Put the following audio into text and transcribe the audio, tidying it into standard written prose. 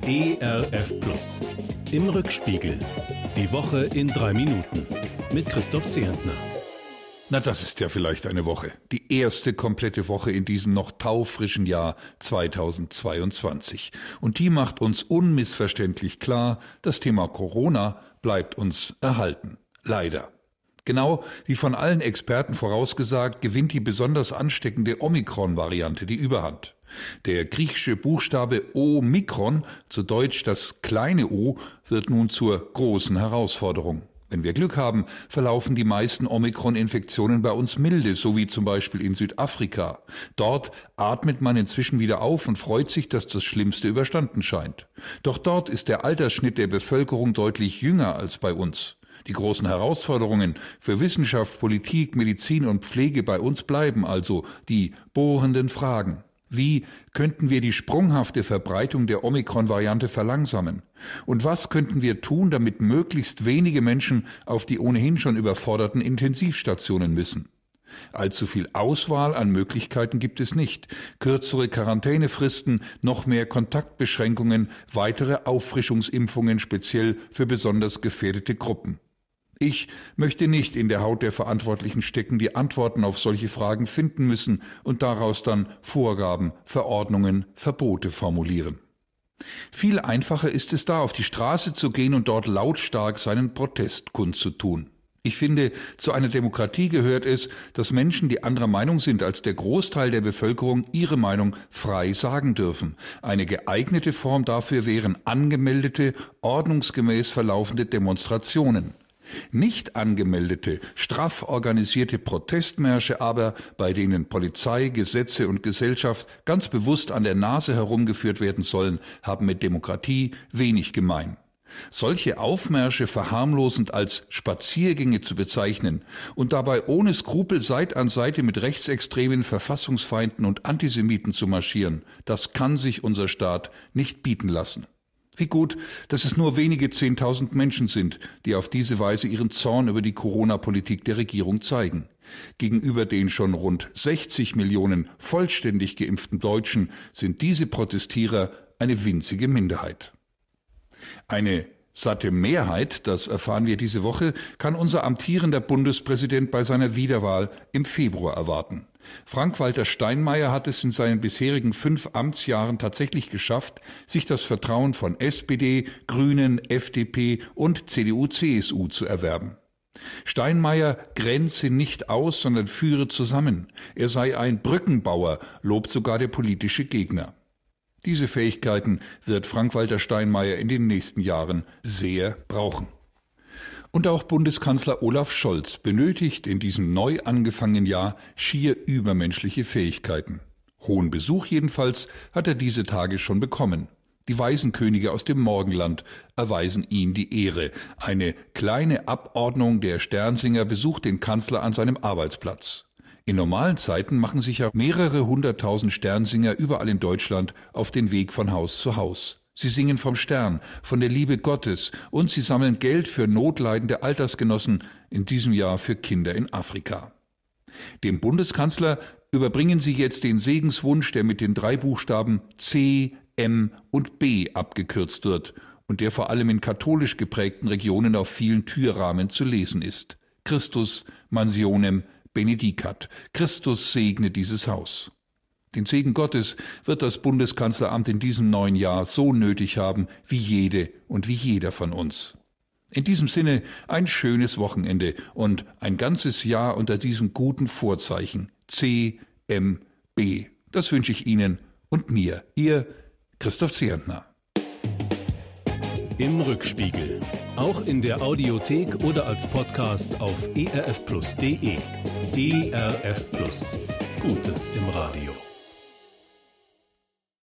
ERF Plus. Im Rückspiegel. Die Woche in 3 Minuten. Mit Christoph Zehentner. Na, das ist ja vielleicht eine Woche. Die erste komplette Woche in diesem noch taufrischen Jahr 2022. Und die macht uns unmissverständlich klar, das Thema Corona bleibt uns erhalten. Leider. Genau wie von allen Experten vorausgesagt, gewinnt die besonders ansteckende Omikron-Variante die Überhand. Der griechische Buchstabe Omikron, zu Deutsch das kleine O, wird nun zur großen Herausforderung. Wenn wir Glück haben, verlaufen die meisten Omikron-Infektionen bei uns milde, so wie zum Beispiel in Südafrika. Dort atmet man inzwischen wieder auf und freut sich, dass das Schlimmste überstanden scheint. Doch dort ist der Altersschnitt der Bevölkerung deutlich jünger als bei uns. Die großen Herausforderungen für Wissenschaft, Politik, Medizin und Pflege bei uns bleiben also die bohrenden Fragen. Wie könnten wir die sprunghafte Verbreitung der Omikron-Variante verlangsamen? Und was könnten wir tun, damit möglichst wenige Menschen auf die ohnehin schon überforderten Intensivstationen müssen? Allzu viel Auswahl an Möglichkeiten gibt es nicht. Kürzere Quarantänefristen, noch mehr Kontaktbeschränkungen, weitere Auffrischungsimpfungen speziell für besonders gefährdete Gruppen. Ich möchte nicht in der Haut der Verantwortlichen stecken, die Antworten auf solche Fragen finden müssen und daraus dann Vorgaben, Verordnungen, Verbote formulieren. Viel einfacher ist es da, auf die Straße zu gehen und dort lautstark seinen Protest kundzutun. Ich finde, zu einer Demokratie gehört es, dass Menschen, die anderer Meinung sind als der Großteil der Bevölkerung, ihre Meinung frei sagen dürfen. Eine geeignete Form dafür wären angemeldete, ordnungsgemäß verlaufende Demonstrationen. Nicht angemeldete, straff organisierte Protestmärsche aber, bei denen Polizei, Gesetze und Gesellschaft ganz bewusst an der Nase herumgeführt werden sollen, haben mit Demokratie wenig gemein. Solche Aufmärsche verharmlosend als Spaziergänge zu bezeichnen und dabei ohne Skrupel Seite an Seite mit rechtsextremen Verfassungsfeinden und Antisemiten zu marschieren, das kann sich unser Staat nicht bieten lassen. Wie gut, dass es nur wenige 10.000 Menschen sind, die auf diese Weise ihren Zorn über die Corona-Politik der Regierung zeigen. Gegenüber den schon rund 60 Millionen vollständig geimpften Deutschen sind diese Protestierer eine winzige Minderheit. Eine satte Mehrheit, das erfahren wir diese Woche, kann unser amtierender Bundespräsident bei seiner Wiederwahl im Februar erwarten. Frank-Walter Steinmeier hat es in seinen bisherigen 5 Amtsjahren tatsächlich geschafft, sich das Vertrauen von SPD, Grünen, FDP und CDU-CSU zu erwerben. Steinmeier grenze nicht aus, sondern führe zusammen. Er sei ein Brückenbauer, lobt sogar der politische Gegner. Diese Fähigkeiten wird Frank-Walter Steinmeier in den nächsten Jahren sehr brauchen. Und auch Bundeskanzler Olaf Scholz benötigt in diesem neu angefangenen Jahr schier übermenschliche Fähigkeiten. Hohen Besuch jedenfalls hat er diese Tage schon bekommen. Die Waisenkönige aus dem Morgenland erweisen ihm die Ehre. Eine kleine Abordnung der Sternsinger besucht den Kanzler an seinem Arbeitsplatz. In normalen Zeiten machen sich ja mehrere 100.000 Sternsinger überall in Deutschland auf den Weg von Haus zu Haus. Sie singen vom Stern, von der Liebe Gottes und sie sammeln Geld für notleidende Altersgenossen, in diesem Jahr für Kinder in Afrika. Dem Bundeskanzler überbringen sie jetzt den Segenswunsch, der mit den 3 Buchstaben C, M und B abgekürzt wird und der vor allem in katholisch geprägten Regionen auf vielen Türrahmen zu lesen ist. Christus mansionem benedicat. Christus segne dieses Haus. Den Segen Gottes wird das Bundeskanzleramt in diesem neuen Jahr so nötig haben wie jede und wie jeder von uns. In diesem Sinne ein schönes Wochenende und ein ganzes Jahr unter diesem guten Vorzeichen CMB. Das wünsche ich Ihnen und mir, Ihr Christoph Zehentner. Im Rückspiegel. Auch in der Audiothek oder als Podcast auf erfplus.de. ERF Plus. Gutes im Radio.